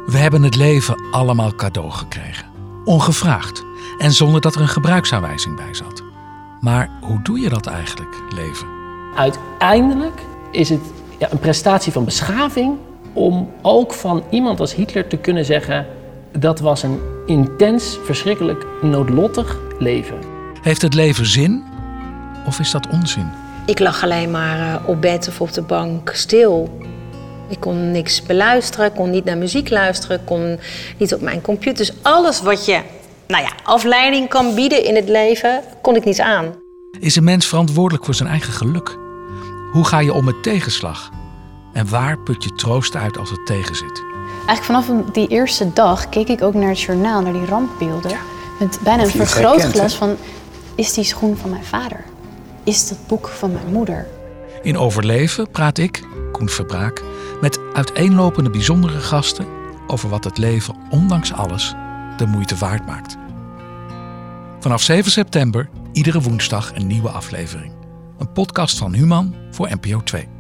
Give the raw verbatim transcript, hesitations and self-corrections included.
We hebben het leven allemaal cadeau gekregen. Ongevraagd en zonder dat er een gebruiksaanwijzing bij zat. Maar hoe doe je dat eigenlijk, leven? Uiteindelijk is het ja, een prestatie van beschaving om ook van iemand als Hitler te kunnen zeggen: dat was een intens, verschrikkelijk, noodlottig leven. Heeft het leven zin of is dat onzin? Ik lag alleen maar op bed of op de bank stil. Ik kon niks beluisteren, kon niet naar muziek luisteren, kon niet op mijn computer. Dus alles wat je nou ja, afleiding kan bieden in het leven, kon ik niet aan. Is een mens verantwoordelijk voor zijn eigen geluk? Hoe ga je om met tegenslag? En waar put je troost uit als het tegenzit? Eigenlijk vanaf die eerste dag keek ik ook naar het journaal, naar die rampbeelden. Ja. Met bijna een vergrootglas van, is die schoen van mijn vader? Is dat boek van mijn moeder? In Overleven praat ik, Koen Verbraak, met uiteenlopende bijzondere gasten over wat het leven ondanks alles de moeite waard maakt. Vanaf zeven september, iedere woensdag een nieuwe aflevering. Een podcast van Human voor N P O twee.